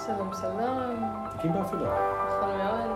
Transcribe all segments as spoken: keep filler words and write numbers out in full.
שלום שלום. תיקים באפלה. נכון מאוד.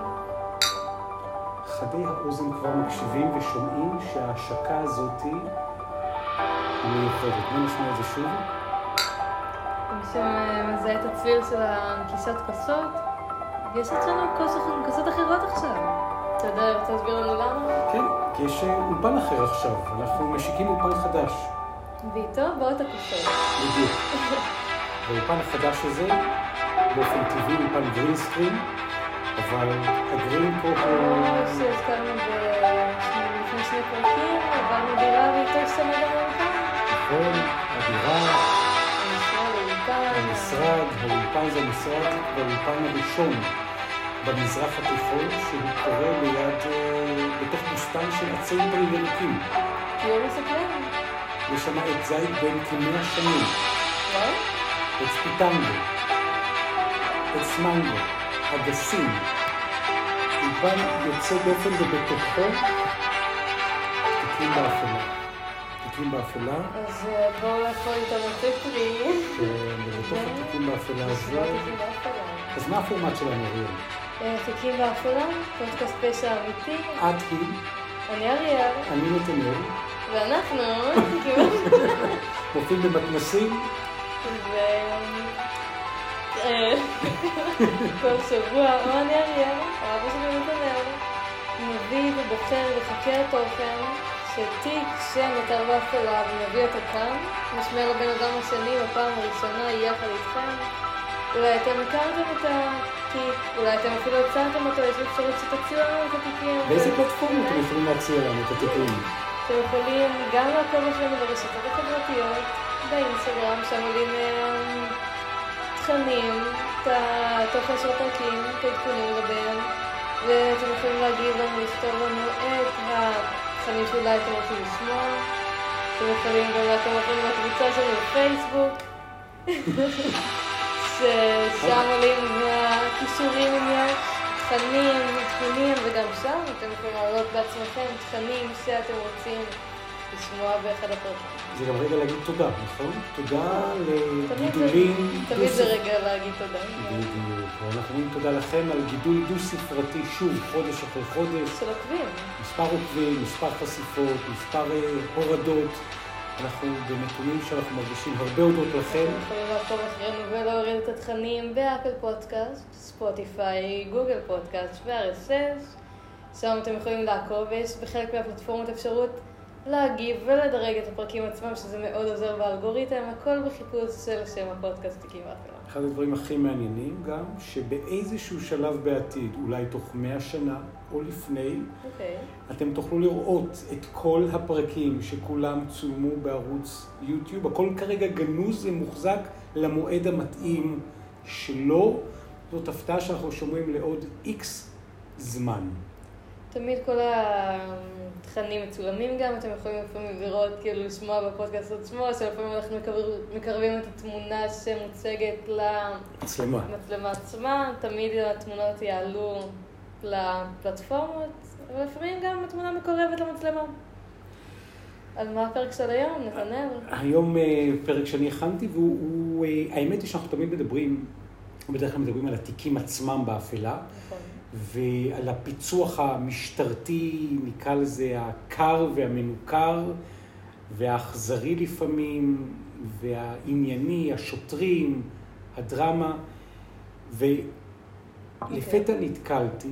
חדי האוזן כבר מקשיבים ושומעים שההשקה הזאת היא מיוחדת. בוא נשמע את זה שוב. מי שמזהה את הצליל של הנקישת כוסות, יש אצלנו כוסות אחרות עכשיו. אתה יודע, רוצה להסביר לנו למה? כן, כי יש אולפן אחר עכשיו. אנחנו משיקים אולפן חדש. ואיתו באות הכוסות. בדיוק. והאולפן החדש הזה, באופן טבעי, אולפן גרינסקרין, אבל הגרין פה הוא... שהזכרנו לפני שני פרקים, עברנו דירה ואיתו השתנה גם האולפן. נכון, הדירה, המשרד, האולפן. המשרד, האולפן זה המשרד, והאולפן הראשון במזרח התיכון, שהוא קורה ליד, בתוך בוסתן של עצי פרי ירוקים. תהיו מסקרן. יש שם את זית בין כמאה שנים. וואו? את ספיטנגו, את סמנגו, אגסים. אולפן יוצא דופן ובתוכו תיקים באפלה. תיקים באפלה. אז בואו לאכול איתנו פטרי. ובתוך התיקים באפלה הזה. תיקים באפלה. אז מה הפורמט שלנו אריאל? תיקים באפלה, פודקאסט פשע אמיתי. את היא, אני אריאל. אני נתנאל. ואנחנו תיקים באפלה. מופיעים במתנסים. ו... כל שבוע, או אני אריאל, או אבא שלי נתנאל, מביא ובוחר וחקר תוכן שתיק שנותר באפלה ומביא אותו כאן, משמר לבן אדם השני בפעם הראשונה יחד איתכם. אולי אתם הכרתם את התיק, אולי אתם אפילו הצעתם אותו, יש אפשרות שתציעו לנו את התיקים. באיזה פלטפורמה אתם יכולים להציע לנו את התיקים? אתם יכולים גם לעקוב אחרינו ברשתות החברתיות, באינסטגרם, שם עולים תכנים, את התוכן של הפרקים, את העדכונים לגביהם, ואתם יכולים להגיב לנו, לכתוב לנו את התכנים שאולי אתם רוצים לשמוע. אתם יכולים גם לעקוב אחרינו בקבוצה שלנו בפייסבוק, ששם עולים הקישורים עם תכנים, עדכונים, וגם שם אתם יכולים לעלות בעצמכם תכנים שאתם רוצים לשמוע באחד הפרקים. זה גם רגע להגיד תודה, נכון? תודה לגידולים... תמיד זה רגע להגיד תודה. בדיוק. ואנחנו אומרים תודה לכם על גידול דו-ספרתי, שוב, חודש אחרי חודש. של עוקבים. מספר עוקבים, מספר חשיפות, מספר הורדות. אנחנו בנתונים שאנחנו מרגישים הרבה הודות לכם. אתם יכולים לעקוב אחרינו ולהוריד את התכנים באפל פודקאסט, ספוטיפיי, גוגל פודקאסט ו-אר אס אס. שם אתם יכולים לעקוב, ויש בחלק מהפלטפורמות אפשרות להגיב ולדרג את הפרקים עצמם, שזה מאוד עוזר באלגוריתם, הכל בחיפוש של שם הפודקאסט תיקים באפלה. אחד הדברים הכי מעניינים גם, שבאיזשהו שלב בעתיד, אולי תוך מאה שנה או לפני, okay. אתם תוכלו לראות את כל הפרקים שכולם צולמו בערוץ יוטיוב, הכל כרגע גנוז ומוחזק למועד המתאים שלו. זאת הפתעה שאנחנו שומעים לעוד איקס זמן. תמיד כל התכנים מצולמים גם, אתם יכולים לפעמים לראות, כאילו לשמוע בפודקאסט עצמו, שלפעמים אנחנו מקרבים את התמונה שמוצגת למצלמה עצמה, תמיד התמונות יעלו לפלטפורמות, אבל לפעמים גם התמונה מקורבת למצלמה. על מה הפרק של היום, נתנאל? היום פרק שאני הכנתי, והאמת היא שאנחנו תמיד מדברים, בדרך כלל מדברים על התיקים עצמם באפלה, נכון. ועל הפיצוח המשטרתי, נקרא לזה הקר והמנוכר, והאכזרי לפעמים, והענייני, השוטרים, הדרמה. ולפתע נתקלתי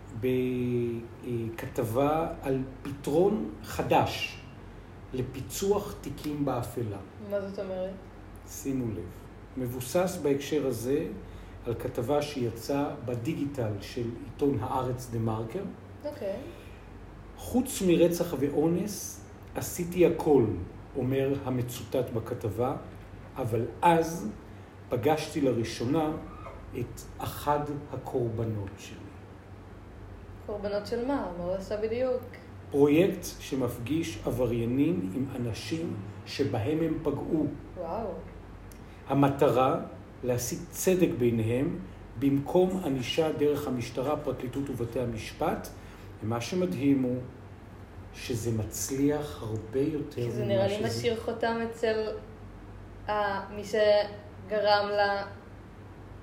בכתבה על פתרון חדש לפיצוח תיקים באפלה. מה זאת אומרת? שימו לב. מבוסס בהקשר הזה על כתבה שיצאה בדיגיטל של עיתון הארץ דה מרקר. אוקיי. חוץ מרצח ואונס, עשיתי הכל, אומר המצוטט בכתבה, אבל אז פגשתי לראשונה את אחד הקורבנות שלי. קורבנות של מה? מה הוא עשה בדיוק? פרויקט שמפגיש עבריינים עם אנשים שבהם הם פגעו. וואו. המטרה להשיג צדק ביניהם, במקום ענישה דרך המשטרה, פרקליטות ובתי המשפט, ומה שמדהים הוא שזה מצליח הרבה יותר. כי זה נראה לי משאיר חותם אצל מי שגרם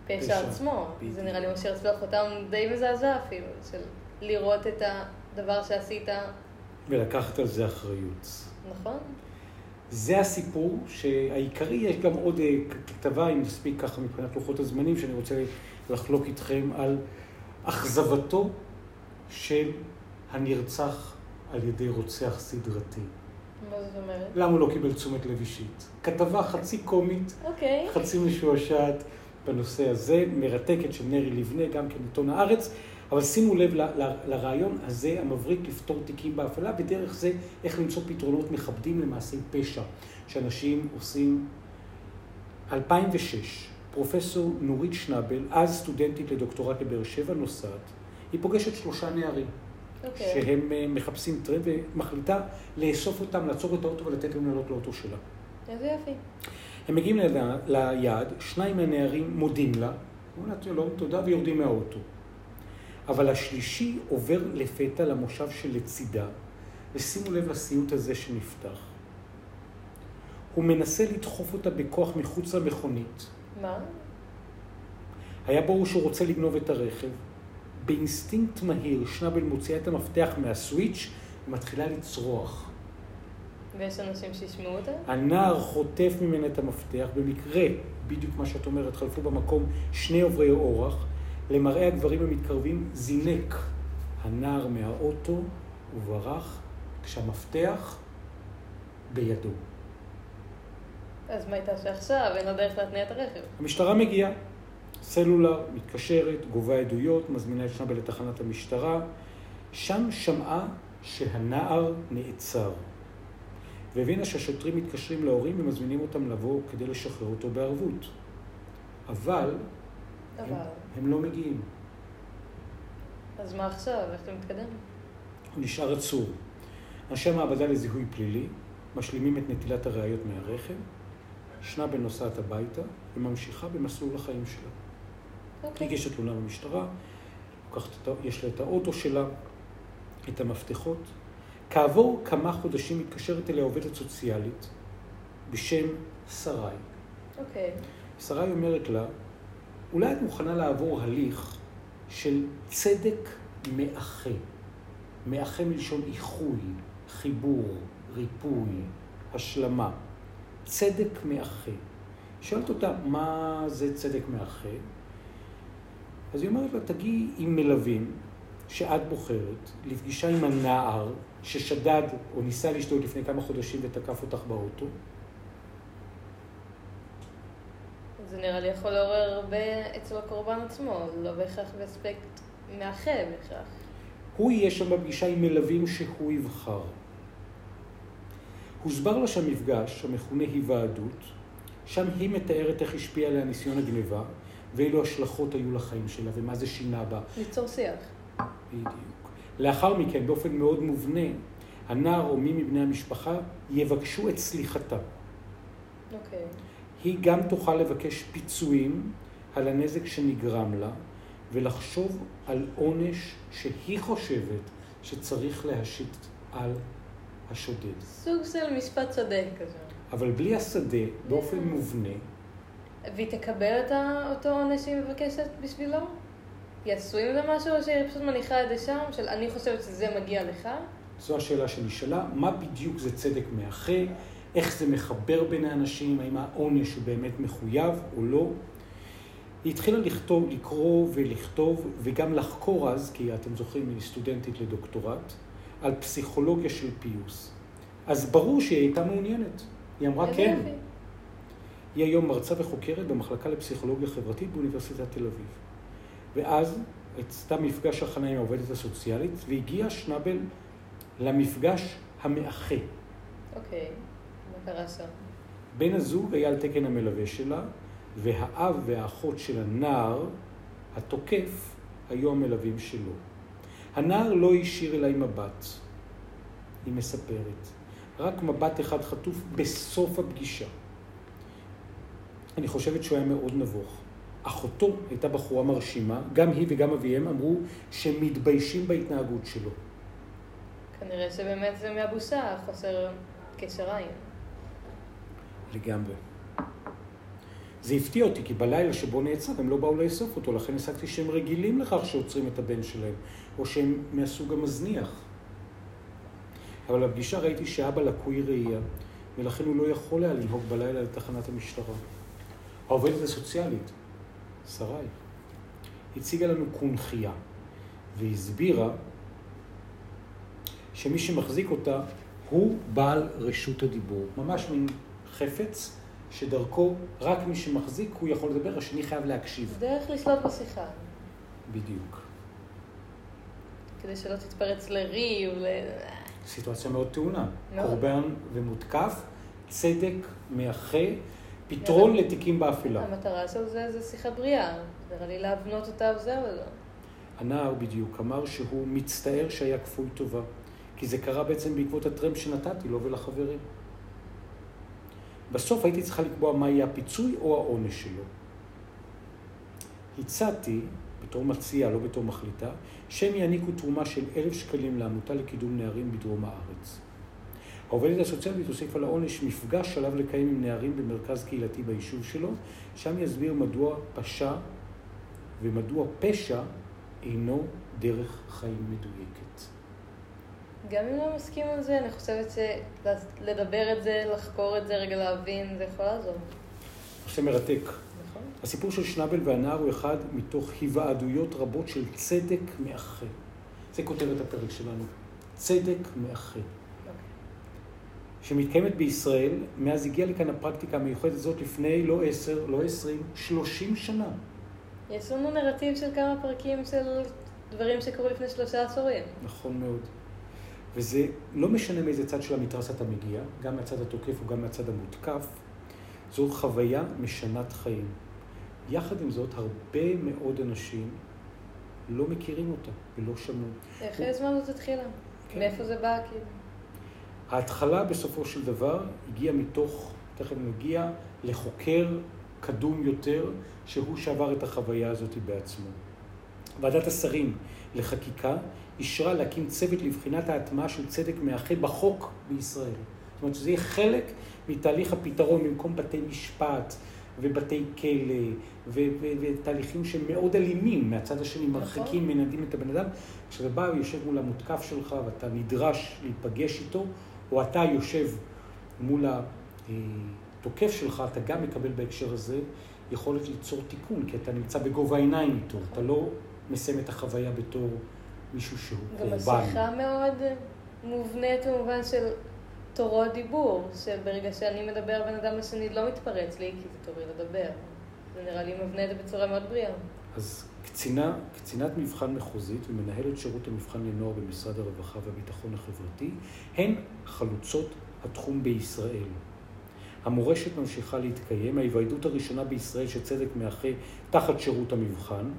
הפשע עצמו. זה נראה לי משאיר אצלו חותם די מזעזע אפילו, של לראות את הדבר שעשית. ולקחת על זה אחריות. נכון. זה הסיפור שהעיקרי, יש גם עוד כתבה, אם נספיק ככה מבחינת לוחות הזמנים, שאני רוצה לחלוק איתכם על אכזבתו של הנרצח על ידי רוצח סדרתי. מה זאת אומרת? למה הוא לא קיבל תשומת לב אישית? כתבה חצי קומית, okay. חצי משועשעת בנושא הזה, מרתקת של נרי לבנה, גם כן עיתון הארץ, אבל שימו לב ל- ל- לרעיון הזה, המבריק לפתור תיקים בהפעלה, בדרך זה איך למצוא פתרונות מכבדים למעשי פשע, שאנשים עושים. אלפיים ושש, פרופסור נורית שנבל, אז סטודנטית לדוקטורט לבאר שבע, נוסעת, היא פוגשת שלושה נערים. Okay. שהם מחפשים טרנד ומחליטה לאסוף אותם, לעצור את האוטו ולתת להם לעלות לאוטו שלה. איזה יפי. הם מגיעים ליד, ליעד, שניים מהנערים מודים לה, אומרים לה שלום, תודה, ויורדים מהאוטו. אבל השלישי עובר לפתע למושב שלצידה, ושימו לב לסיוט הזה שנפתח. הוא מנסה לדחוף אותה בכוח מחוץ למכונית. מה? היה ברור שהוא רוצה לגנוב את הרכב. באינסטינקט מהיר, שנבל מוציאה את המפתח מהסוויץ' ומתחילה לצרוח. ויש אנשים שישמעו אותה? הנער חוטף ממנה את המפתח, במקרה, בדיוק מה שאת אומרת, חלפו במקום שני עוברי אורח, למראה הגברים המתקרבים זינק הנער מהאוטו וברח, כשהמפתח בידו. אז מה הייתה שעכשיו? אין לו דרך להתניע את הרכב. המשטרה מגיעה. סלולר, מתקשרת, גובה עדויות, מזמינה את שנבל לתחנת המשטרה. שם שמעה שהנער נעצר. והבינה שהשוטרים מתקשרים להורים ומזמינים אותם לבוא כדי לשחרר אותו בערבות. אבל, אבל... הם, הם לא מגיעים. אז מה עכשיו? איך אתה מתקדם? הוא נשאר עצור. אנשי המעבדה לזיהוי פלילי משלימים את נטילת הראיות מהרכב, שנבל נוסעת הביתה וממשיכה במסלול החיים שלה. Okay. היא הגישה תלונה במשטרה, יש לה את האוטו שלה, את המפתחות. כעבור כמה חודשים מתקשרת אליה עובדת סוציאלית בשם שרי. אוקיי. Okay. שרי אומרת לה, אולי את מוכנה לעבור הליך של צדק מאחה. מאחה מלשון איחוי, חיבור, ריפוי, השלמה. צדק מאחה. שואלת אותה, מה זה צדק מאחה? אז היא אומרת לה, תגיעי עם מלווים שאת בוחרת לפגישה עם הנער ששדד או ניסה לשדוד לפני כמה חודשים ותקף אותך באוטו. זה נראה לי יכול לעורר הרבה אצל הקורבן עצמו, לא בהכרח באספקט מאחה בהכרח. הוא יהיה שם בפגישה עם מלווים שהוא יבחר. הוסבר לה שהמפגש, המכונה היוועדות, שם היא מתארת איך השפיעה עליה ניסיון הגניבה, ואילו השלכות היו לחיים שלה, ומה זה שינה בה. ליצור שיח. בדיוק. לאחר מכן, באופן מאוד מובנה, הנער או מי מבני המשפחה יבקשו את סליחתה. אוקיי. היא גם תוכל לבקש פיצויים על הנזק שנגרם לה, ולחשוב על עונש שהיא חושבת שצריך להשית על השודד. סוג של משפט צודק כזה. אבל בלי השדה, באופן מובנה. והיא תקבל את אותו עונש שהיא מבקשת בשבילו? יעשו עם זה משהו, או שהיא פשוט מניחה את זה שם, של אני חושבת שזה מגיע לך? זו השאלה שנשאלה, מה בדיוק זה צדק מאחה, איך זה מחבר בין האנשים, האם העונש הוא באמת מחויב או לא. היא התחילה לכתוב, לקרוא ולכתוב, וגם לחקור אז, כי אתם זוכרים, היא סטודנטית לדוקטורט, על פסיכולוגיה של פיוס. אז ברור שהיא הייתה מעוניינת. היא אמרה כן. יפי. היא היום מרצה וחוקרת במחלקה לפסיכולוגיה חברתית באוניברסיטת תל אביב. ואז עשתה מפגש הכנה עם העובדת הסוציאלית, והגיעה שנבל למפגש המאחה. אוקיי, מה קרה שם? בן הזוג היה על תקן המלווה שלה, והאב והאחות של הנער, התוקף, היו המלווים שלו. הנער לא השאיר אליי מבט, היא מספרת. רק מבט אחד חטוף בסוף הפגישה. אני חושבת שהוא היה מאוד נבוך. אחותו הייתה בחורה מרשימה, גם היא וגם אביהם אמרו שהם מתביישים בהתנהגות שלו. כנראה שבאמת זה מהבושה, חוסר קשר עין. לגמרי. זה הפתיע אותי, כי בלילה שבו נעצר הם לא באו לאסוף אותו, לכן הסקתי שהם רגילים לכך שעוצרים את הבן שלהם, או שהם מהסוג המזניח. אבל בפגישה ראיתי שאבא לקוי ראייה, ולכן הוא לא יכול היה לנהוג בלילה לתחנת המשטרה. העובדת הסוציאלית, שרי, הציגה לנו קונחייה, והסבירה שמי שמחזיק אותה הוא בעל רשות הדיבור. ממש מין חפץ שדרכו רק מי שמחזיק הוא יכול לדבר, השני חייב להקשיב. דרך לשלוט בשיחה. בדיוק. כדי שלא תתפרץ לרי ול... סיטואציה מאוד טעונה. קורבן ומותקף, צדק, מאחה, פתרון לתיקים באפלה. המטרה של זה זה שיחה בריאה. נראה לי להבנות אותה וזהו ולא. הנער בדיוק אמר שהוא מצטער שהיה כפוי טובה, כי זה קרה בעצם בעקבות הטרמפ שנתתי לו ולחברים. בסוף הייתי צריכה לקבוע מה יהיה הפיצוי או העונש שלו. הצעתי, בתור מציע, לא בתור מחליטה, שהם יעניקו תרומה של אלף שקלים לעמותה לקידום נערים בדרום הארץ. העובדת הסוציאלית הוסיף על העונש מפגש עליו לקיים עם נערים במרכז קהילתי ביישוב שלו, שם יסביר מדוע פשע ומדוע פשע אינו דרך חיים מדויקת. גם אם לא מסכים על זה, אני חושבת שלדבר את זה, לחקור את זה, רגע להבין, זה יכול לעזור. זה מרתק. נכון. הסיפור של שנבל והנער הוא אחד מתוך היוועדויות רבות של צדק מאחה. זה כותרת הפרק שלנו. צדק מאחה. שמתקיימת בישראל, מאז הגיעה לכאן הפרקטיקה המיוחדת הזאת לפני לא עשר, לא עשרים, שלושים שנה. יש לנו נרטיב של כמה פרקים של דברים שקרו לפני שלושה עשורים. נכון מאוד. וזה לא משנה מאיזה צד של המתרס אתה מגיע, גם מהצד התוקף או גם מהצד המותקף, זו חוויה משנת חיים. יחד עם זאת, הרבה מאוד אנשים לא מכירים אותה ולא שמעו. איך הזמן זאת התחילה? כן. מאיפה זה בא? כאילו? ההתחלה בסופו של דבר הגיעה מתוך, תכף נגיע, לחוקר קדום יותר, שהוא שעבר את החוויה הזאת בעצמו. ועדת השרים לחקיקה אישרה להקים צוות לבחינת ההטמעה של צדק מאחה בחוק בישראל. זאת אומרת שזה יהיה חלק מתהליך הפתרון במקום בתי משפט ובתי כלא ו- ו- ותהליכים שהם מאוד אלימים מהצד השני, מרחקים, מנדים את הבן אדם. כשאתה בא ויושב מול המותקף שלך ואתה נדרש להיפגש איתו, או אתה יושב מול התוקף שלך, אתה גם מקבל בהקשר הזה יכולת ליצור תיקון, כי אתה נמצא בגובה העיניים איתו, אתה לא מסיים את החוויה בתור מישהו שהוא קורבן. גם השיחה מאוד מובנית במובן של תורות דיבור, שברגע שאני מדבר בן אדם השני לא מתפרץ לי, כי זה תורי לדבר. זה נראה לי מבנה את זה בצורה מאוד בריאה. אז קצינה, קצינת מבחן מחוזית ומנהלת שירות המבחן לנוער במשרד הרווחה והביטחון החברתי, הן חלוצות התחום בישראל. המורשת ממשיכה להתקיים, ההיוועדות הראשונה בישראל שצדק מאחה תחת שירות המבחן,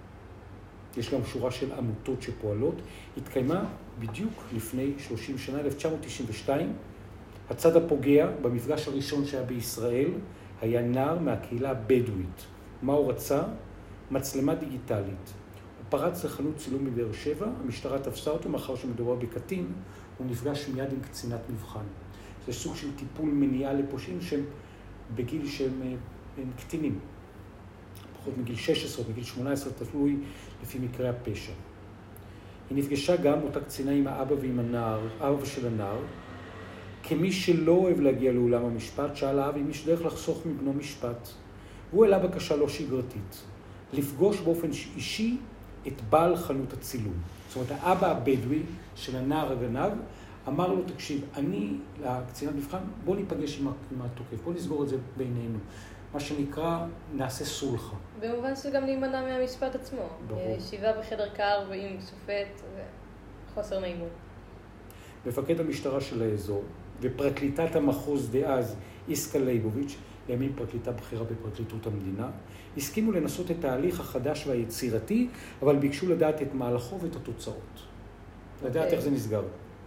יש גם שורה של עמותות שפועלות, התקיימה בדיוק לפני שלושים שנה, אלף תשע מאות תשעים ושתיים. הצד הפוגע במפגש הראשון שהיה בישראל היה נער מהקהילה הבדואית. מה הוא רצה? מצלמה דיגיטלית. הוא פרץ לחנות צילום מבאר שבע, המשטרה תפסה אותו מאחר שמדובר בקטין, הוא נפגש מיד עם קצינת מבחן. זה סוג של טיפול מניעה לפושעים שהם בגיל שהם הם קטינים. פחות מגיל שש עשרה, מגיל שמונה עשרה, תלוי לפי מקרה הפשע. היא נפגשה גם אותה קצינה עם האבא ועם הנער, האבא של הנער. כמי שלא אוהב להגיע לאולם המשפט, שאל האב אם יש דרך לחסוך מבנו משפט. והוא העלה בקשה לא שגרתית, לפגוש באופן אישי את בעל חנות הצילום. זאת אומרת, האבא הבדואי של הנער הגנב, אמר לו, תקשיב, אני, לקצינת מבחן, בוא ניפגש עם התוקף, בוא נסגור את זה בינינו. מה שנקרא, נעשה סולחה. במובן שגם להימנע מהמשפט עצמו. ברור. ישיבה בחדר קר ועם שופט וחוסר נעימות. מפקד המשטרה של האזור ופרקליטת המחוז דאז, איסקה ליבוביץ', לימים פרקליטה בכירה בפרקליטות המדינה, הסכימו לנסות את ההליך החדש והיצירתי, אבל ביקשו לדעת את מהלכו ואת התוצאות. לדעת okay. איך זה נסגר.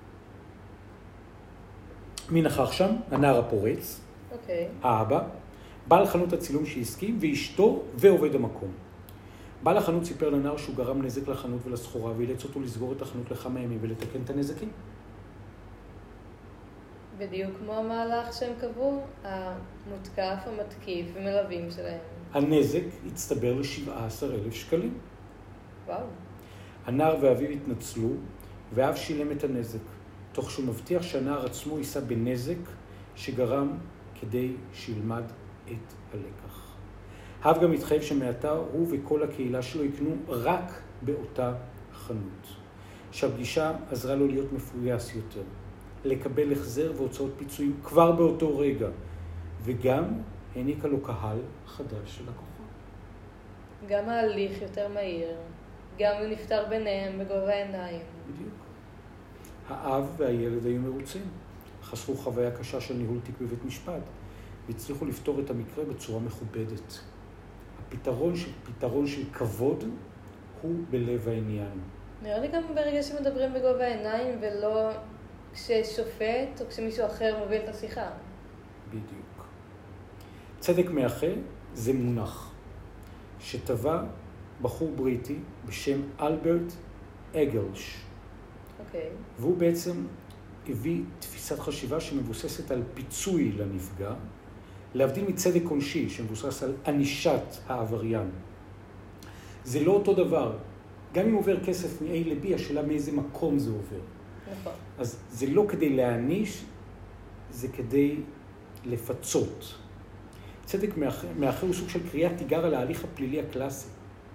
מי נכח שם? הנער הפורץ, okay. האבא, בעל חנות הצילום שהסכים, ואשתו ועובד המקום. בעל החנות סיפר לנער שהוא גרם נזק לחנות ולסחורה, ואילץ אותו לסגור את החנות לכמה ימים ולתקן את הנזקים. בדיוק כמו המהלך שהם קבעו, המותקף, המתקיף ומלווים שלהם. הנזק הצטבר ל-שבעה עשר אלף שקלים. וואו. הנער ואביו התנצלו, ואב שילם את הנזק, תוך שהוא מבטיח שהנער עצמו יישא בנזק שגרם כדי שילמד את הלקח. האב גם התחייב שמעתה הוא וכל הקהילה שלו יקנו רק באותה חנות. שהפגישה עזרה לו להיות מפויס יותר, לקבל החזר והוצאות פיצויים כבר באותו רגע, וגם העניקה לו קהל חדש של לקוחות. גם ההליך יותר מהיר, גם הוא נפטר ביניהם בגובה העיניים. בדיוק. האב והילד היו מרוצים, חסכו חוויה קשה של ניהול תיק בבית משפט, והצליחו לפתור את המקרה בצורה מכובדת. הפתרון של, פתרון של כבוד הוא בלב העניין. נראה לי גם ברגע שמדברים בגובה העיניים ולא כששופט או כשמישהו אחר מוביל את השיחה. בדיוק. צדק מאחה זה מונח שטבע בחור בריטי בשם אלברט אגלש. אוקיי. והוא בעצם הביא תפיסת חשיבה שמבוססת על פיצוי לנפגע, להבדיל מצדק עונשי שמבוסס על ענישת העבריין. זה לא אותו דבר. גם אם עובר כסף מ-A ל-B, השאלה מאיזה מקום זה עובר. נכון. אז זה לא כדי להעניש, זה כדי לפצות. צדק מאחה הוא סוג של קריאת תיגר על ההליך הפלילי הקלאסי.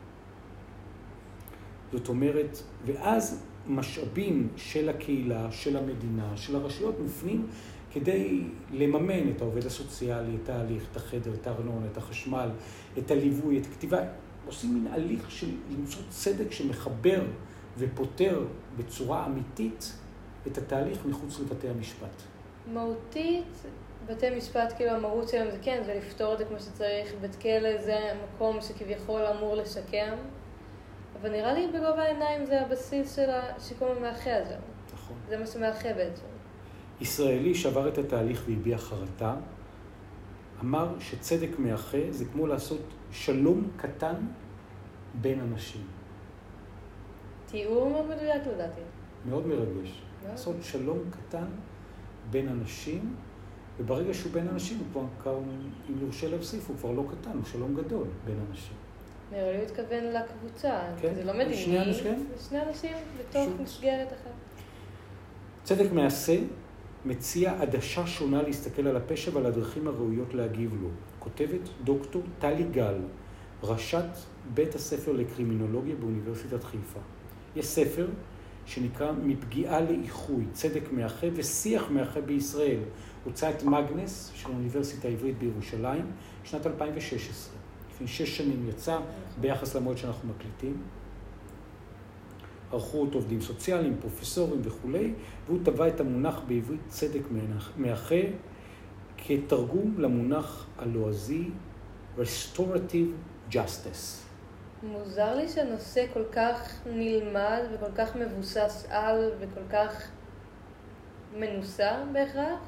זאת אומרת, ואז משאבים של הקהילה, של המדינה, של הרשויות מופנים כדי לממן את העובד הסוציאלי, את ההליך, את החדר, את הארנונה, את החשמל, את הליווי, את הכתיבה. עושים מין הליך של למצוא צדק שמחבר ופותר בצורה אמיתית את התהליך מחוץ לבתי המשפט. מהותית, בתי משפט, כאילו המהות שלהם זה כן, זה לפתור את זה כמו שצריך. בית כלא זה מקום שכביכול אמור לשקם, אבל נראה לי בגובה העיניים זה הבסיס של השיקום המאחה הזה. נכון. זה מה שמאחה בעצם. ישראלי שעבר את התהליך והביע חרטה, אמר שצדק מאחה זה כמו לעשות שלום קטן בין אנשים. תיאור מאוד מדויק לדעתי. מאוד מרגש. לעשות שלום קטן בין אנשים, וברגע שהוא בין אנשים, הוא כבר, אם יורשה להוסיף, הוא כבר לא קטן, הוא שלום גדול בין אנשים. נראה לי הוא התכוון לקבוצה, כן? זה לא מדיני. שני אנשים? שני אנשים בתוך פשוט. מסגרת אחת. צדק מעשה מציע עדשה שונה להסתכל על הפשע ועל הדרכים הראויות להגיב לו. כותבת דוקטור טלי גל, ראשת בית הספר לקרימינולוגיה באוניברסיטת חיפה. יש ספר שנקרא מפגיעה לאיחוי, צדק מאחה ושיח מאחה בישראל. הוצאת מגנס של האוניברסיטה העברית בירושלים, שנת אלפיים ושש עשרה. לפני שש שנים יצא ביחס למועד שאנחנו מקליטים. ערכו אותו עובדים סוציאליים, פרופסורים וכו', והוא טבע את המונח בעברית צדק מאחה כתרגום למונח הלועזי restorative justice. מוזר לי שהנושא כל כך נלמד וכל כך מבוסס על וכל כך מנוסה בהכרח,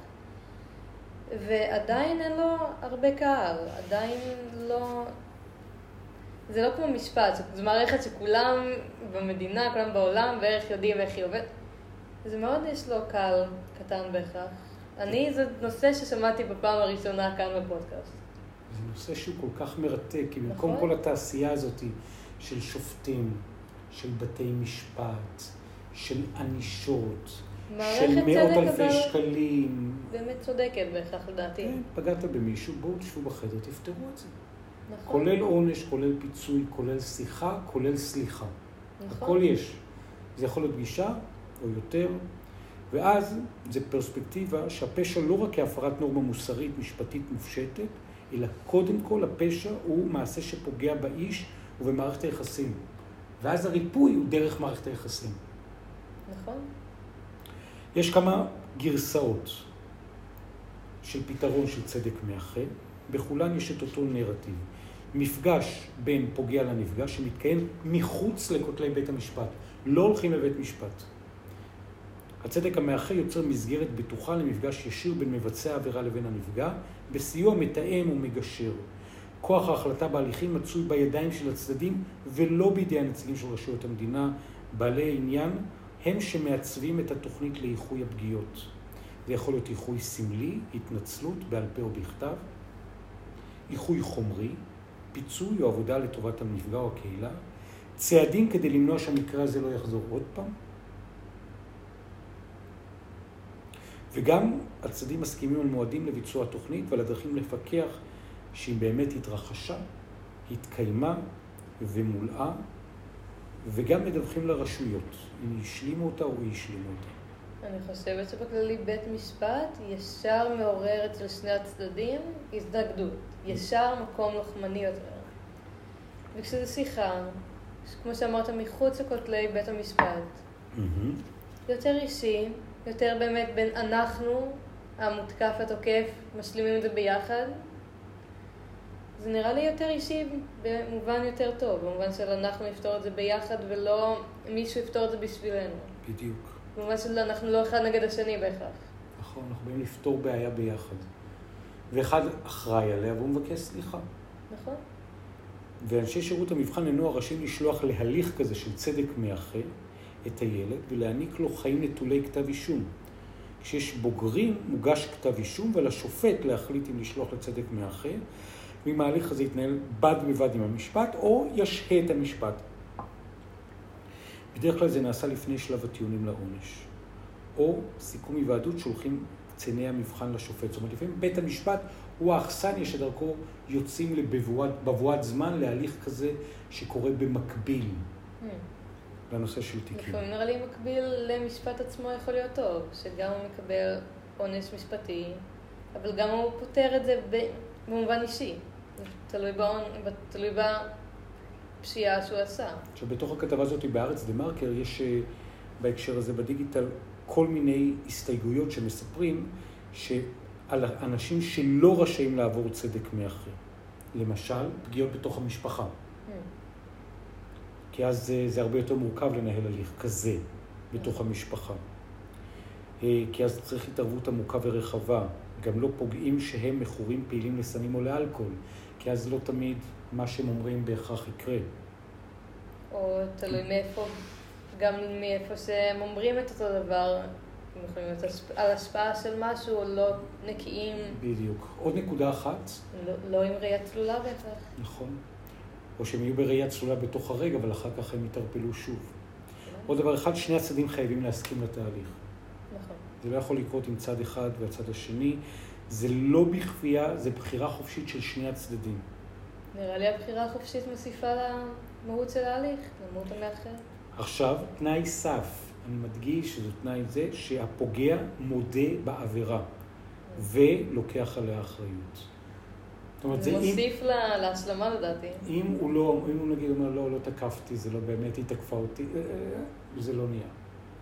ועדיין אין לו הרבה קהל, עדיין לא... זה לא כמו משפט, זו מערכת שכולם במדינה, כולם בעולם, בערך יודעים איך היא עובדת. זה מאוד יש לו קהל קטן בהכרח. אני, זה נושא ששמעתי בפעם הראשונה כאן בפודקאסט. זה נושא שהוא כל כך מרתק, כי במקום כל התעשייה הזאת של שופטים, של בתי משפט, של ענישות, של מאות אלפי שקלים. באמת צודקת בהכרח לדעתי. כן, פגעת במישהו, בואו תשבו בחדר, תפתרו את זה. נכון. כולל עונש, כולל פיצוי, כולל שיחה, כולל סליחה. נכון. הכל יש. זה יכול להיות פגישה או יותר, ואז זה פרספקטיבה שהפשע לא רק כהפרת נורמה מוסרית, משפטית מופשטת, אלא קודם כל הפשע הוא מעשה שפוגע באיש ובמערכת היחסים. ואז הריפוי הוא דרך מערכת היחסים. נכון. יש כמה גרסאות של פתרון של צדק מאחה, בכולן יש את אותו נרטיב. מפגש בין פוגע לנפגע שמתקיים מחוץ לכותלי בית המשפט. לא הולכים לבית משפט. הצדק המאחה יוצר מסגרת בטוחה למפגש ישיר בין מבצע העבירה לבין הנפגע, בסיוע מתאם ומגשר. כוח ההחלטה בהליכים מצוי בידיים של הצדדים ולא בידי הנציגים של רשויות המדינה, בעלי עניין, הם שמעצבים את התוכנית לאיחוי הפגיעות. זה יכול להיות איחוי סמלי, התנצלות בעל פה או בכתב, איחוי חומרי, פיצוי או עבודה לטובת המפגע או הקהילה, צעדים כדי למנוע שהמקרה הזה לא יחזור עוד פעם, וגם הצדדים מסכימים על מועדים לביצוע התוכנית ועל הדרכים לפקח שהיא באמת התרחשה, התקיימה ומולאה, וגם מדווחים לרשויות, אם השלימו אותה או השלימו אותה. אני חושבת שבכללי בית משפט ישר מעורר אצל שני הצדדים הזדגדות, ישר מקום לוחמני יותר. וכשזו שיחה, כמו שאמרת, מחוץ לכותלי בית המשפט, mm-hmm. יותר אישי, יותר באמת בין אנחנו, המותקף התוקף, משלימים את זה ביחד, זה נראה לי יותר אישי במובן יותר טוב, במובן של אנחנו נפתור את זה ביחד ולא מישהו יפתור את זה בשבילנו. בדיוק. במובן של אנחנו לא אחד נגד השני בהכרח. נכון, אנחנו באים לפתור בעיה ביחד. ואחד אחראי עליה והוא מבקש סליחה. נכון. ואנשי שירות המבחן אינו רשאים לשלוח להליך כזה של צדק מאחה את הילד ולהעניק לו חיים נטולי כתב אישום. כשיש בוגרים מוגש כתב אישום ולשופט להחליט אם לשלוח לצדק מאחה, ואם ההליך הזה יתנהל בד בבד עם המשפט או ישהה את המשפט. בדרך כלל זה נעשה לפני שלב הטיעונים לעונש. או סיכום היוועדות שולחים קציני המבחן לשופט. זאת אומרת, לפעמים בית המשפט הוא האכסניה שדרכו יוצאים לבבואת זמן להליך כזה שקורה במקביל לנושא של תיקים. לפעמים נראה לי מקביל למשפט עצמו יכול להיות טוב, שגם הוא מקבל עונש משפטי, אבל גם הוא פותר את זה במובן אישי. תלוי בעון, תלוי בפשיעה שהוא עשה. עכשיו, בתוך הכתבה הזאת בארץ דה מרקר יש בהקשר הזה בדיגיטל כל מיני הסתייגויות שמספרים שעל אנשים שלא רשאים לעבור צדק מאחה. למשל, פגיעות בתוך המשפחה. Mm. כי אז זה, זה הרבה יותר מורכב לנהל הליך כזה בתוך mm. המשפחה. כי אז צריך התערבות עמוקה ורחבה. גם לא פוגעים שהם מכורים פעילים לסמים או לאלכוהול, כי אז לא תמיד מה שהם אומרים בהכרח יקרה. או תלוי מאיפה, גם מאיפה שהם אומרים את אותו דבר, הם יכולים להיות על השפעה של משהו או לא נקיים. בדיוק. עוד נקודה אחת. לא, לא עם ראייה צלולה בהכרח. נכון. או שהם יהיו בראייה צלולה בתוך הרגע, אבל אחר כך הם יתרפלו שוב. עוד דבר אחד, שני הצדדים חייבים להסכים לתהליך. נכון. זה לא יכול לקרות עם צד אחד והצד השני. זה לא בכפייה, זה בחירה חופשית של שני הצדדים. נראה לי הבחירה החופשית מוסיפה למהות של ההליך, למהות המאחר. עכשיו, תנאי סף. אני מדגיש שזה תנאי זה שהפוגע מודה בעבירה ולוקח עליה אחריות. זה מוסיף להשלמה לדעתי. אם הוא לא, אם הוא נגיד אומר, לא, לא תקפתי, זה לא באמת, היא תקפה אותי, זה לא נהיה.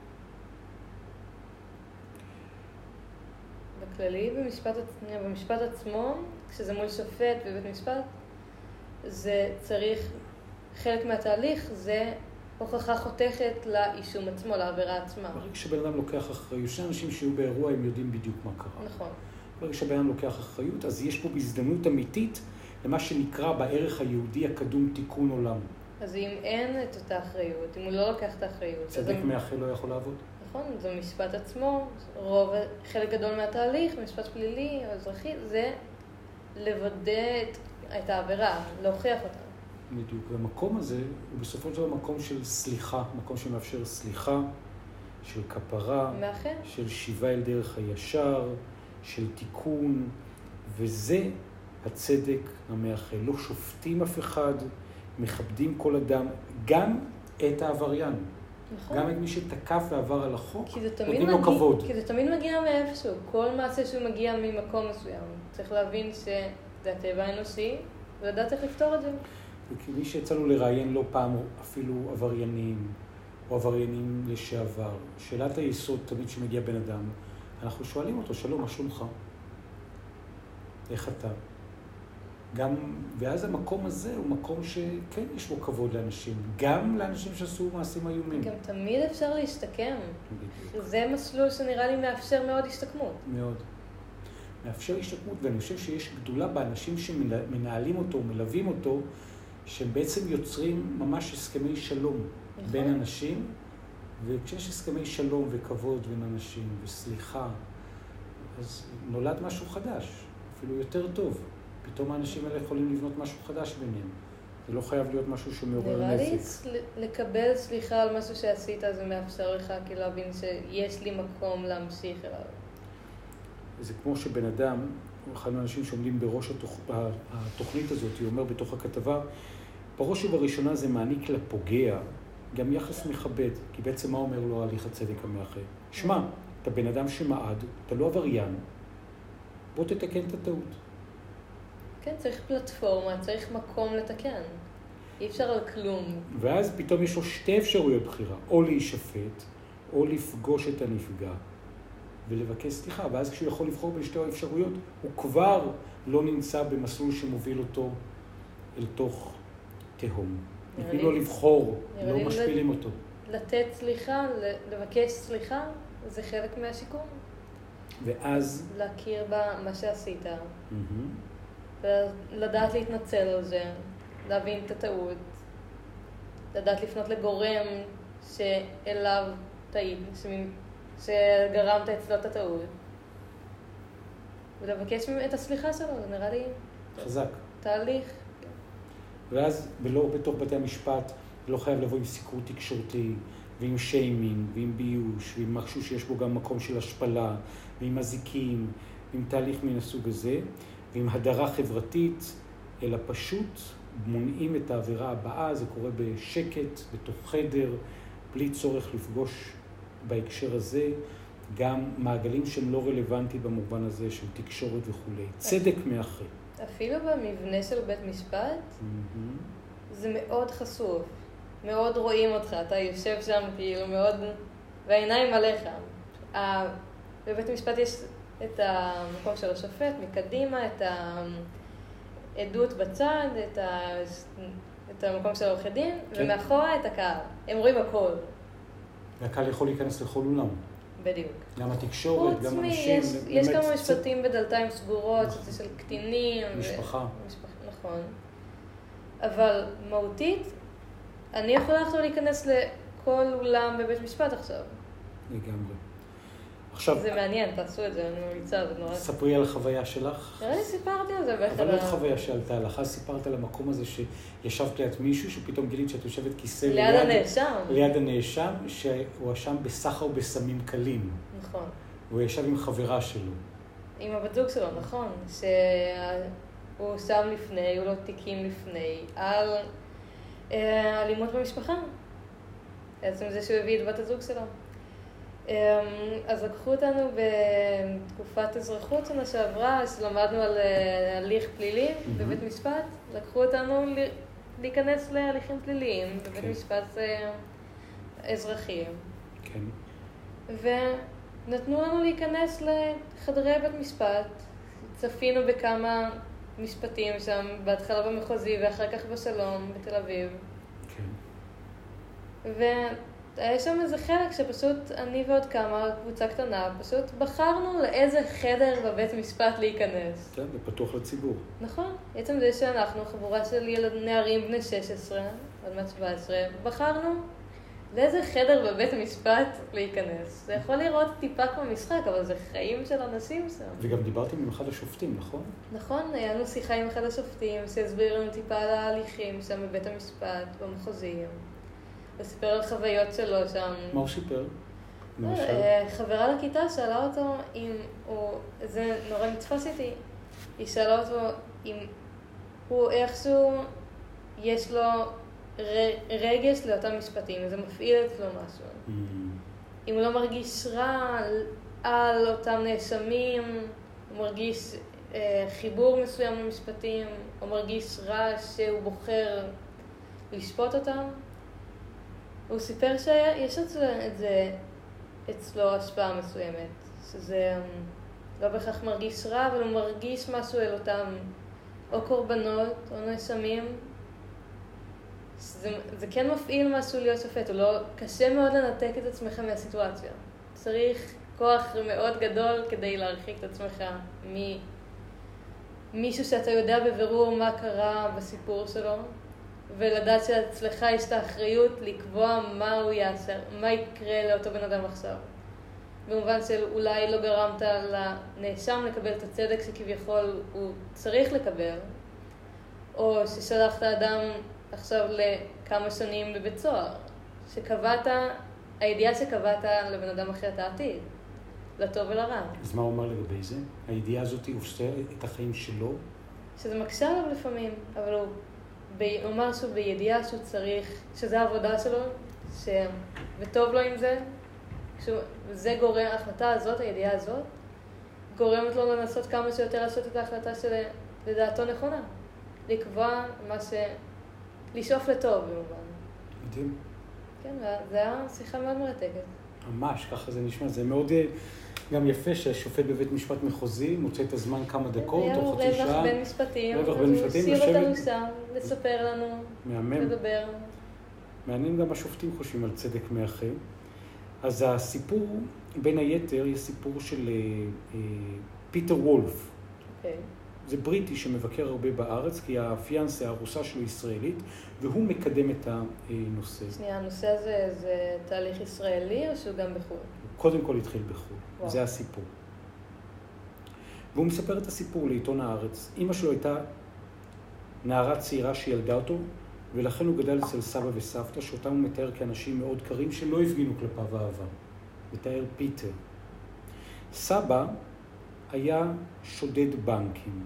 בכללי, במשפט, במשפט עצמו, כשזה מול שופט בבית משפט, זה צריך, חלק מהתהליך זה הוכחה חותכת לאישום עצמו, לעבירה עצמה. ברגע שבן אדם לוקח אחריות, שני אנשים שיהיו באירוע, הם יודעים בדיוק מה קרה. נכון. ברגע שבן אדם לוקח אחריות, אז יש פה בהזדמנות אמיתית למה שנקרא בערך היהודי הקדום תיקון עולם. אז אם אין את אותה אחריות, אם הוא לא לוקח את האחריות... צדק מאחה לא יכול לעבוד. נכון, זה משפט עצמו, רוב, חלק גדול מהתהליך, משפט פלילי או אזרחי, זה לוודא את, את העבירה, להוכיח אותה. בדיוק, והמקום הזה הוא בסופו של דבר מקום של סליחה, מקום שמאפשר סליחה, של כפרה, מאחר. של שיבה אל דרך הישר, של תיקון, וזה הצדק המאחה. לא שופטים אף אחד, מכבדים כל אדם, גם את העבריין. נכון. גם את מי שתקף ועבר על החוק, נותנים לו כבוד. כי זה תמיד מגיע מאיפשהו. כל מעשה שהוא מגיע ממקום מסוים. צריך להבין שזה הטבע האנושי, ולדעת איך לפתור את זה. וכי מי שיצאנו לראיין לא פעם אפילו עבריינים, או עבריינים לשעבר, שאלת היסוד תמיד שמגיע בן אדם, אנחנו שואלים אותו, שלום, מה שלומך? איך אתה? גם, ואז המקום הזה הוא מקום שכן יש בו כבוד לאנשים, גם לאנשים שעשו מעשים איומים. גם תמיד אפשר להשתקם. זה מסלול שנראה לי מאפשר מאוד השתקמות. מאוד. מאפשר השתקמות, ואני חושב שיש גדולה באנשים שמנהלים אותו, מלווים אותו, שהם בעצם יוצרים ממש הסכמי שלום נכון. בין אנשים, וכשיש הסכמי שלום וכבוד בין אנשים וסליחה, אז נולד משהו חדש, אפילו יותר טוב. פתאום האנשים האלה יכולים לבנות משהו חדש ביניהם. זה לא חייב להיות משהו שמעורר נזק. נראה לי לקבל סליחה על משהו שעשית, זה מאפשר לך כאילו להבין שיש לי מקום להמשיך אליו. זה כמו שבן אדם, אחד מהאנשים שעומדים בראש התוכ... התוכנית הזאת, היא אומר בתוך הכתבה, בראש ובראשונה זה מעניק לפוגע גם יחס מכבד, כי בעצם מה אומר לו הליך הצדק המאחה? שמע, אתה בן אדם שמעד, אתה לא עבריין, בוא תתקן את הטעות. כן, צריך פלטפורמה, צריך מקום לתקן. אי אפשר על כלום. ואז פתאום יש לו שתי אפשרויות בחירה, או להישפט, או לפגוש את הנפגע, ולבקש סליחה. ואז כשהוא יכול לבחור בין שתי האפשרויות, הוא כבר לא נמצא במסלול שמוביל אותו אל תוך תהום. נתנים לו לבחור, לא משפילים אותו. לתת סליחה, לבקש סליחה, זה חלק מהשיקום. ואז... להכיר במה שעשית. לדעת להתנצל על זה, להבין את הטעות, לדעת לפנות לגורם שאליו טעית, שגרמת אצלו את הטעות, ולבקש את הסליחה שלו, זה נראה לי חזק. תהליך. ואז, ולא בתוך בתי המשפט, לא חייב לבוא עם סיקור תקשורתי, ועם שיימינג, ועם ביוש, ועם משהו שיש בו גם מקום של השפלה, ועם מזיקים, ועם תהליך מן הסוג הזה, ועם הדרה חברתית, אלא פשוט מונעים את העבירה הבאה. זה קורה בשקט, בתוך חדר, בלי צורך לפגוש בהקשר הזה, גם מעגלים שהם לא רלוונטיים במובן הזה של תקשורת וכו'. צדק מאחרי. אפילו במבנה של בית משפט, mm-hmm. זה מאוד חשוף. מאוד רואים אותך, אתה יושב שם כאילו מאוד, והעיניים עליך. בבית משפט יש את המקום של השופט מקדימה, את העדות בצד, את, ה... את המקום של עורכי דין, כן. ומאחורה את הקהל. הם רואים הכל. והקהל יכול להיכנס לכל אולם. בדיוק. גם התקשורת, גם אנשים. יש, יש כמה משפטים בדלתיים סגורות, נכון. שזה של קטינים. משפחה. ו... משפחה. נכון. אבל מהותית, אני יכולה עכשיו להיכנס לכל אולם בבית משפט עכשיו. לגמרי. עכשיו... זה מעניין, תעשו את זה, אני ממליצה, זה נורא... ספרי על החוויה שלך. נראה לי סיפרתי על זה באחד... אבל לא חוויה שעלתה לך, סיפרת על המקום הזה שישבת ליד מישהו, שפתאום גילית שאת יושבת כיסא ליד... ליד הנאשם. ליד הנאשם, שהוא אשם בסחר בסמים קלים. נכון. והוא ישב עם חברה שלו. עם הבת זוג שלו, נכון. שהוא שם לפני, היו לו תיקים לפני, על אלימות במשפחה. בעצם זה שהוא הביא את בת הזוג שלו. אז לקחו אותנו בתקופת אזרחות שנה שעברה, שלמדנו על הליך פלילי mm-hmm. בבית משפט. לקחו אותנו להיכנס להליכים פליליים okay. בבית משפט אזרחיים. כן. ונתנו לנו להיכנס לחדרי בית משפט. צפינו בכמה משפטים שם, בהתחלה במחוזי ואחר כך בשלום בתל אביב. כן. ו... היה שם איזה חלק שפשוט אני ועוד כמה, קבוצה קטנה, פשוט בחרנו לאיזה חדר בבית משפט להיכנס. כן, זה פתוח לציבור. נכון. בעצם זה שאנחנו, חבורה של ילד נערים בני שש עשרה, עד מעט שבע עשרה, בחרנו לאיזה חדר בבית משפט להיכנס. זה יכול לראות טיפה כמו משחק, אבל זה חיים של אנשים שם. וגם דיברתם עם אחד השופטים, נכון? נכון, היה לנו שיחה עם אחד השופטים, שהסביר לנו טיפה על ההליכים שם בבית המשפט, במחוזיים. הוא סיפר על חוויות שלו שם. מה הוא סיפר? חברה לכיתה שאלה אותו אם הוא, זה נורא נתפס איתי, היא שאלה אותו אם הוא איכשהו יש לו רגש לאותם משפטים, זה מפעיל אצלו משהו. Mm. אם הוא לא מרגיש רע על אותם נאשמים, הוא מרגיש אה, חיבור מסוים למשפטים, או מרגיש רע שהוא בוחר לשפוט אותם. הוא סיפר שיש את זה אצלו השפעה מסוימת, שזה לא בהכרח מרגיש רע, אבל הוא מרגיש משהו אל אותם או קורבנות או נאשמים. זה, זה כן מפעיל משהו להיות שופט, הוא לא, קשה מאוד לנתק את עצמך מהסיטואציה. צריך כוח מאוד גדול כדי להרחיק את עצמך ממישהו שאתה יודע בבירור מה קרה בסיפור שלו, ולדעת שאצלך יש את האחריות לקבוע מה הוא יעשה, מה יקרה לאותו בן אדם עכשיו. במובן של אולי לא גרמת לנאשם לקבל את הצדק שכביכול הוא צריך לקבל, או ששלחת אדם עכשיו לכמה שנים בבית סוהר, שקבעת, הידיעה שקבעת לבן אדם אחר את העתיד, לטוב ולרע. אז מה הוא אומר לגבי זה? הידיעה הזאת היא עושה את החיים שלו? שזה מקשה עליו לפעמים, אבל הוא אומר שהוא בידיעה שהוא צריך, שזה העבודה שלו, ש... וטוב לו עם זה, זה גורם, ההחלטה הזאת, הידיעה הזאת, גורמת לו לנסות כמה שיותר לעשות את ההחלטה שלדעתו נכונה. לקבוע מה ש... לשאוף לטוב במובן. מדהים. כן, זה היה שיחה מאוד מרתקת. ממש, ככה זה נשמע. זה מאוד גם יפה שהשופט בבית משפט מחוזי מוצא את הזמן כמה דקות או חצי שעה. רווח בין משפטים. רווח בין משפטים. שיר אותנו שם, לספר לנו, מהמם. לדבר. מעניין גם השופטים חושבים על צדק מאחה. אז הסיפור, בין היתר, יש סיפור של אה, פיטר וולף. אוקיי. זה בריטי שמבקר הרבה בארץ, כי הפיאנסה, הרוסה שלו ישראלית, והוא מקדם את הנושא. שנייה, הנושא הזה זה תהליך ישראלי או שהוא גם בחו"ל? הוא קודם כל התחיל בחו"ל, זה הסיפור. והוא מספר את הסיפור לעיתון הארץ. אמא שלו הייתה נערה צעירה שילדה אותו, ולכן הוא גדל אצל סבא וסבתא, שאותם הוא מתאר כאנשים מאוד קרים שלא הפגינו כלפיו אהבה. מתאר פיטר. סבא היה שודד בנקים.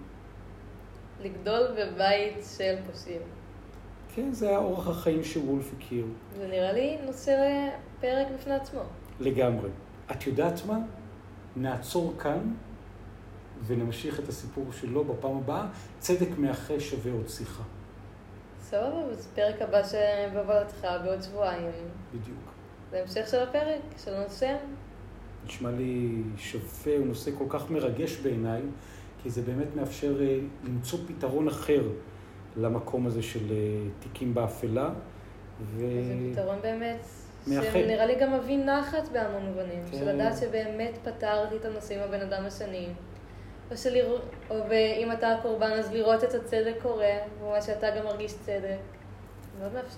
לגדול בבית של פושעים. כן, זה היה אורח החיים שוולף הכיר. זה נראה לי נושא פרק בפני עצמו. לגמרי. את יודעת מה? נעצור כאן ונמשיך את הסיפור שלו בפעם הבאה. צדק מאחה שווה עוד שיחה. סבבה, זה פרק הבא שבבלתך בעוד שבועיים. בדיוק. זה המשך של הפרק, של הנושא. נשמע לי שווה, הוא נושא כל כך מרגש בעיניי, כי זה באמת מאפשר למצוא פתרון אחר למקום הזה של תיקים באפלה. ו... זה פתרון באמת, מאחד. שנראה לי גם מביא נחת בהמון מובנים, כן. של לדעת שבאמת פתרתי את הנושאים הבן אדם השני. או, שליר... או ואם אתה הקורבן, אז לראות את הצדק קורה, ומה שאתה גם מרגיש צדק. מאוד מאפשר.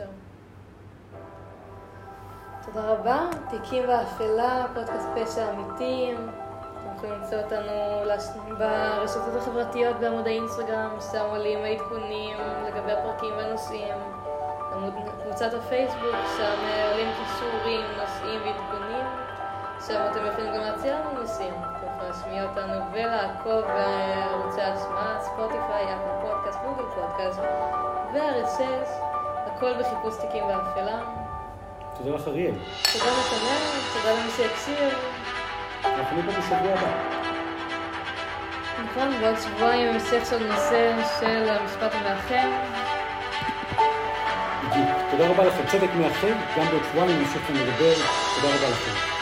תודה רבה, תיקים באפלה, פודקאסט פשע אמיתי. אתם יכולים למצוא אותנו ברשתות החברתיות, בעמוד האינסטגרם, שם עולים העדכונים לגבי הפרקים והנושאים. קבוצת הפייסבוק, שם עולים קישורים, נושאים ועדכונים. שם אתם יכולים גם להציע לנו נושאים. אתם יכולים להשמיע אותנו ולעקוב בערוצי השמעה, ספוטיפיי, אפל פודקאסט, גוגל פודקאסט וארץ שש. הכל בחיפוש תיקים באפלה. תודה לך אריאל. תודה נתנאל, תודה למי שיקשיב. אנחנו נהיה בשבוע הבא. נכון, בעוד שבועיים המשך של נושא של המשפט המאחה. בדיוק. תודה רבה לכם. צדק מאחה, גם בעוד שבועיים נמשיך ונדבר. תודה רבה לכם.